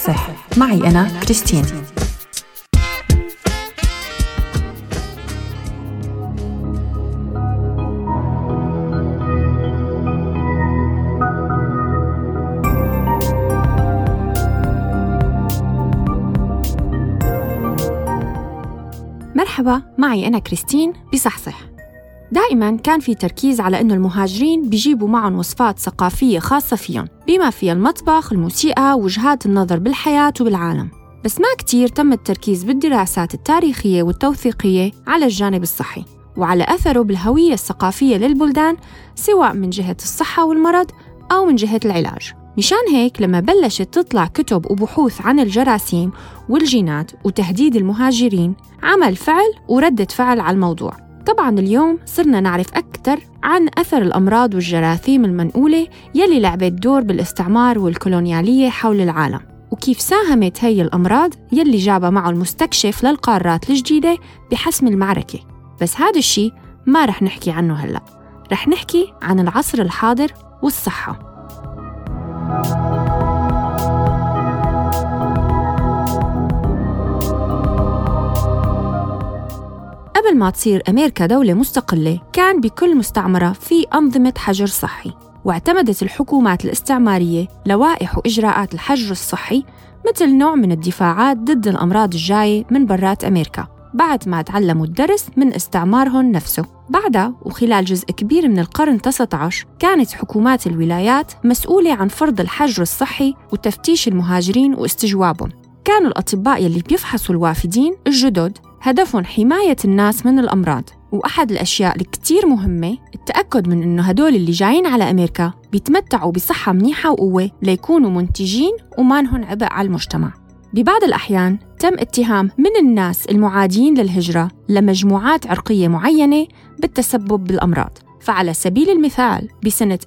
صحصح معي أنا كريستين. مرحبا، معي أنا كريستين بصحصح. دائماً كان في تركيز على أنه المهاجرين بيجيبوا معهم وصفات ثقافية خاصة فيهم، بما فيها المطبخ، الموسيقى، وجهات النظر بالحياة وبالعالم. بس ما كتير تم التركيز بالدراسات التاريخية والتوثيقية على الجانب الصحي وعلى أثره بالهوية الثقافية للبلدان، سواء من جهة الصحة والمرض أو من جهة العلاج. مشان هيك لما بلشت تطلع كتب وبحوث عن الجراثيم والجينات وتهديد المهاجرين، عمل فعل وردة فعل على الموضوع. طبعاً اليوم صرنا نعرف أكثر عن أثر الأمراض والجراثيم المنقولة يلي لعبت دور بالاستعمار والكولونيالية حول العالم، وكيف ساهمت هي الأمراض يلي جابها معه المستكشف للقارات الجديدة بحسم المعركة. بس هذا الشيء ما رح نحكي عنه هلأ، رح نحكي عن العصر الحاضر والصحة. قبل ما تصير أمريكا دولة مستقلة، كان بكل مستعمرة في أنظمة حجر صحي، واعتمدت الحكومات الاستعمارية لوائح وإجراءات الحجر الصحي مثل نوع من الدفاعات ضد الأمراض الجاية من برات أمريكا، بعد ما تعلموا الدرس من استعمارهم نفسه. بعدها وخلال جزء كبير من القرن 19 كانت حكومات الولايات مسؤولة عن فرض الحجر الصحي وتفتيش المهاجرين واستجوابهم. كانوا الأطباء يلي بيفحصوا الوافدين الجدد هدفهم حماية الناس من الأمراض، وأحد الأشياء الكتير مهمة التأكد من إنه هدول اللي جايين على أمريكا بيتمتعوا بصحة منيحة وقوة ليكونوا منتجين ومانهن عبء على المجتمع. ببعض الأحيان تم اتهام من الناس المعادين للهجرة لمجموعات عرقية معينة بالتسبب بالأمراض. فعلى سبيل المثال بسنة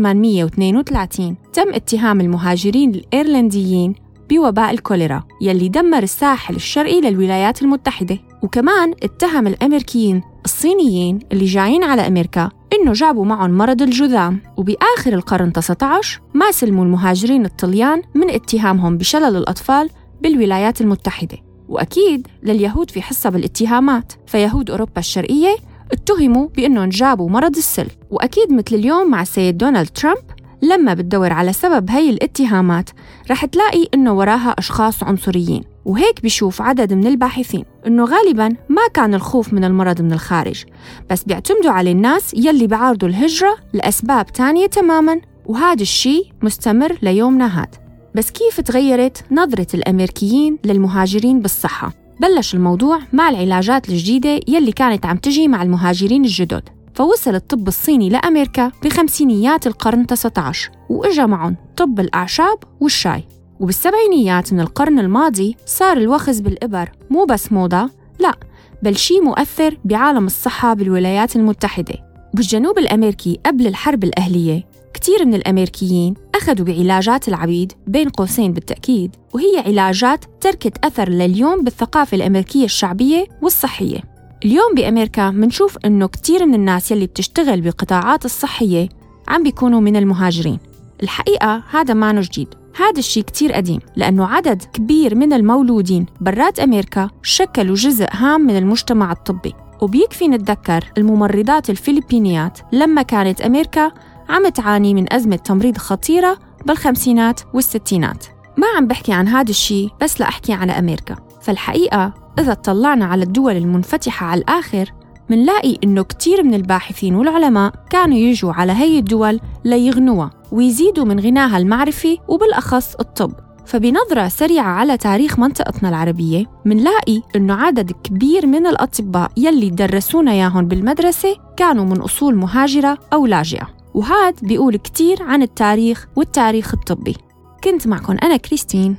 1832 تم اتهام المهاجرين الإيرلنديين بوباء الكوليرا يلي دمر الساحل الشرقي للولايات المتحدة. وكمان اتهم الأمريكيين الصينيين اللي جايين على أمريكا إنه جابوا معهم مرض الجذام. وبآخر القرن 19 ما سلموا المهاجرين الطليان من اتهامهم بشلل الأطفال بالولايات المتحدة. وأكيد لليهود في حصة بالاتهامات، فيهود أوروبا الشرقية اتهموا بأنهم جابوا مرض السل. وأكيد مثل اليوم مع السيد دونالد ترامب، لما بتدور على سبب هاي الاتهامات رح تلاقي إنه وراها أشخاص عنصريين. وهيك بيشوف عدد من الباحثين إنه غالباً ما كان الخوف من المرض من الخارج، بس بيعتمدوا على الناس يلي بيعارضوا الهجرة لأسباب تانية تماماً، وهذا الشيء مستمر ليومنا هاد. بس كيف تغيرت نظرة الأمريكيين للمهاجرين بالصحة؟ بلش الموضوع مع العلاجات الجديدة يلي كانت عم تجي مع المهاجرين الجدد. فوصل الطب الصيني لأمريكا بخمسينيات القرن 19، وإجا معهم طب الأعشاب والشاي. وبالسبعينيات من القرن الماضي صار الوخز بالإبر مو بس موضة، لا بل شيء مؤثر بعالم الصحة بالولايات المتحدة. بالجنوب الأمريكي قبل الحرب الأهلية كتير من الأمريكيين أخذوا بعلاجات العبيد، بين قوسين بالتأكيد، وهي علاجات تركت أثر لليوم بالثقافة الأمريكية الشعبية والصحية. اليوم بأمريكا منشوف إنه كتير من الناس يلي بتشتغل بالقطاعات الصحية عم بيكونوا من المهاجرين. الحقيقة هذا ما جديد، هذا الشيء كتير قديم، لأنه عدد كبير من المولودين برات أمريكا شكلوا جزء هام من المجتمع الطبي. وبيكفي نتذكر الممرضات الفلبينيات لما كانت أمريكا عم تعاني من أزمة تمريض خطيرة بالخمسينات والستينات. ما عم بحكي عن هذا الشيء بس لأحكي على أمريكا. فالحقيقة إذا اطلعنا على الدول المنفتحة على الآخر منلاقي إنه كتير من الباحثين والعلماء كانوا يجوا على هاي الدول ليغنوها ويزيدوا من غناها المعرفي وبالأخص الطب. فبنظرة سريعة على تاريخ منطقتنا العربية منلاقي إنه عدد كبير من الأطباء يلي درسونا ياهن بالمدرسة كانوا من أصول مهاجرة أو لاجئة، وهذا بيقول كتير عن التاريخ والتاريخ الطبي. كنت معكم أنا كريستين.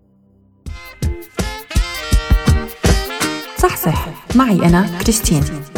صحصح معي أنا كريستين.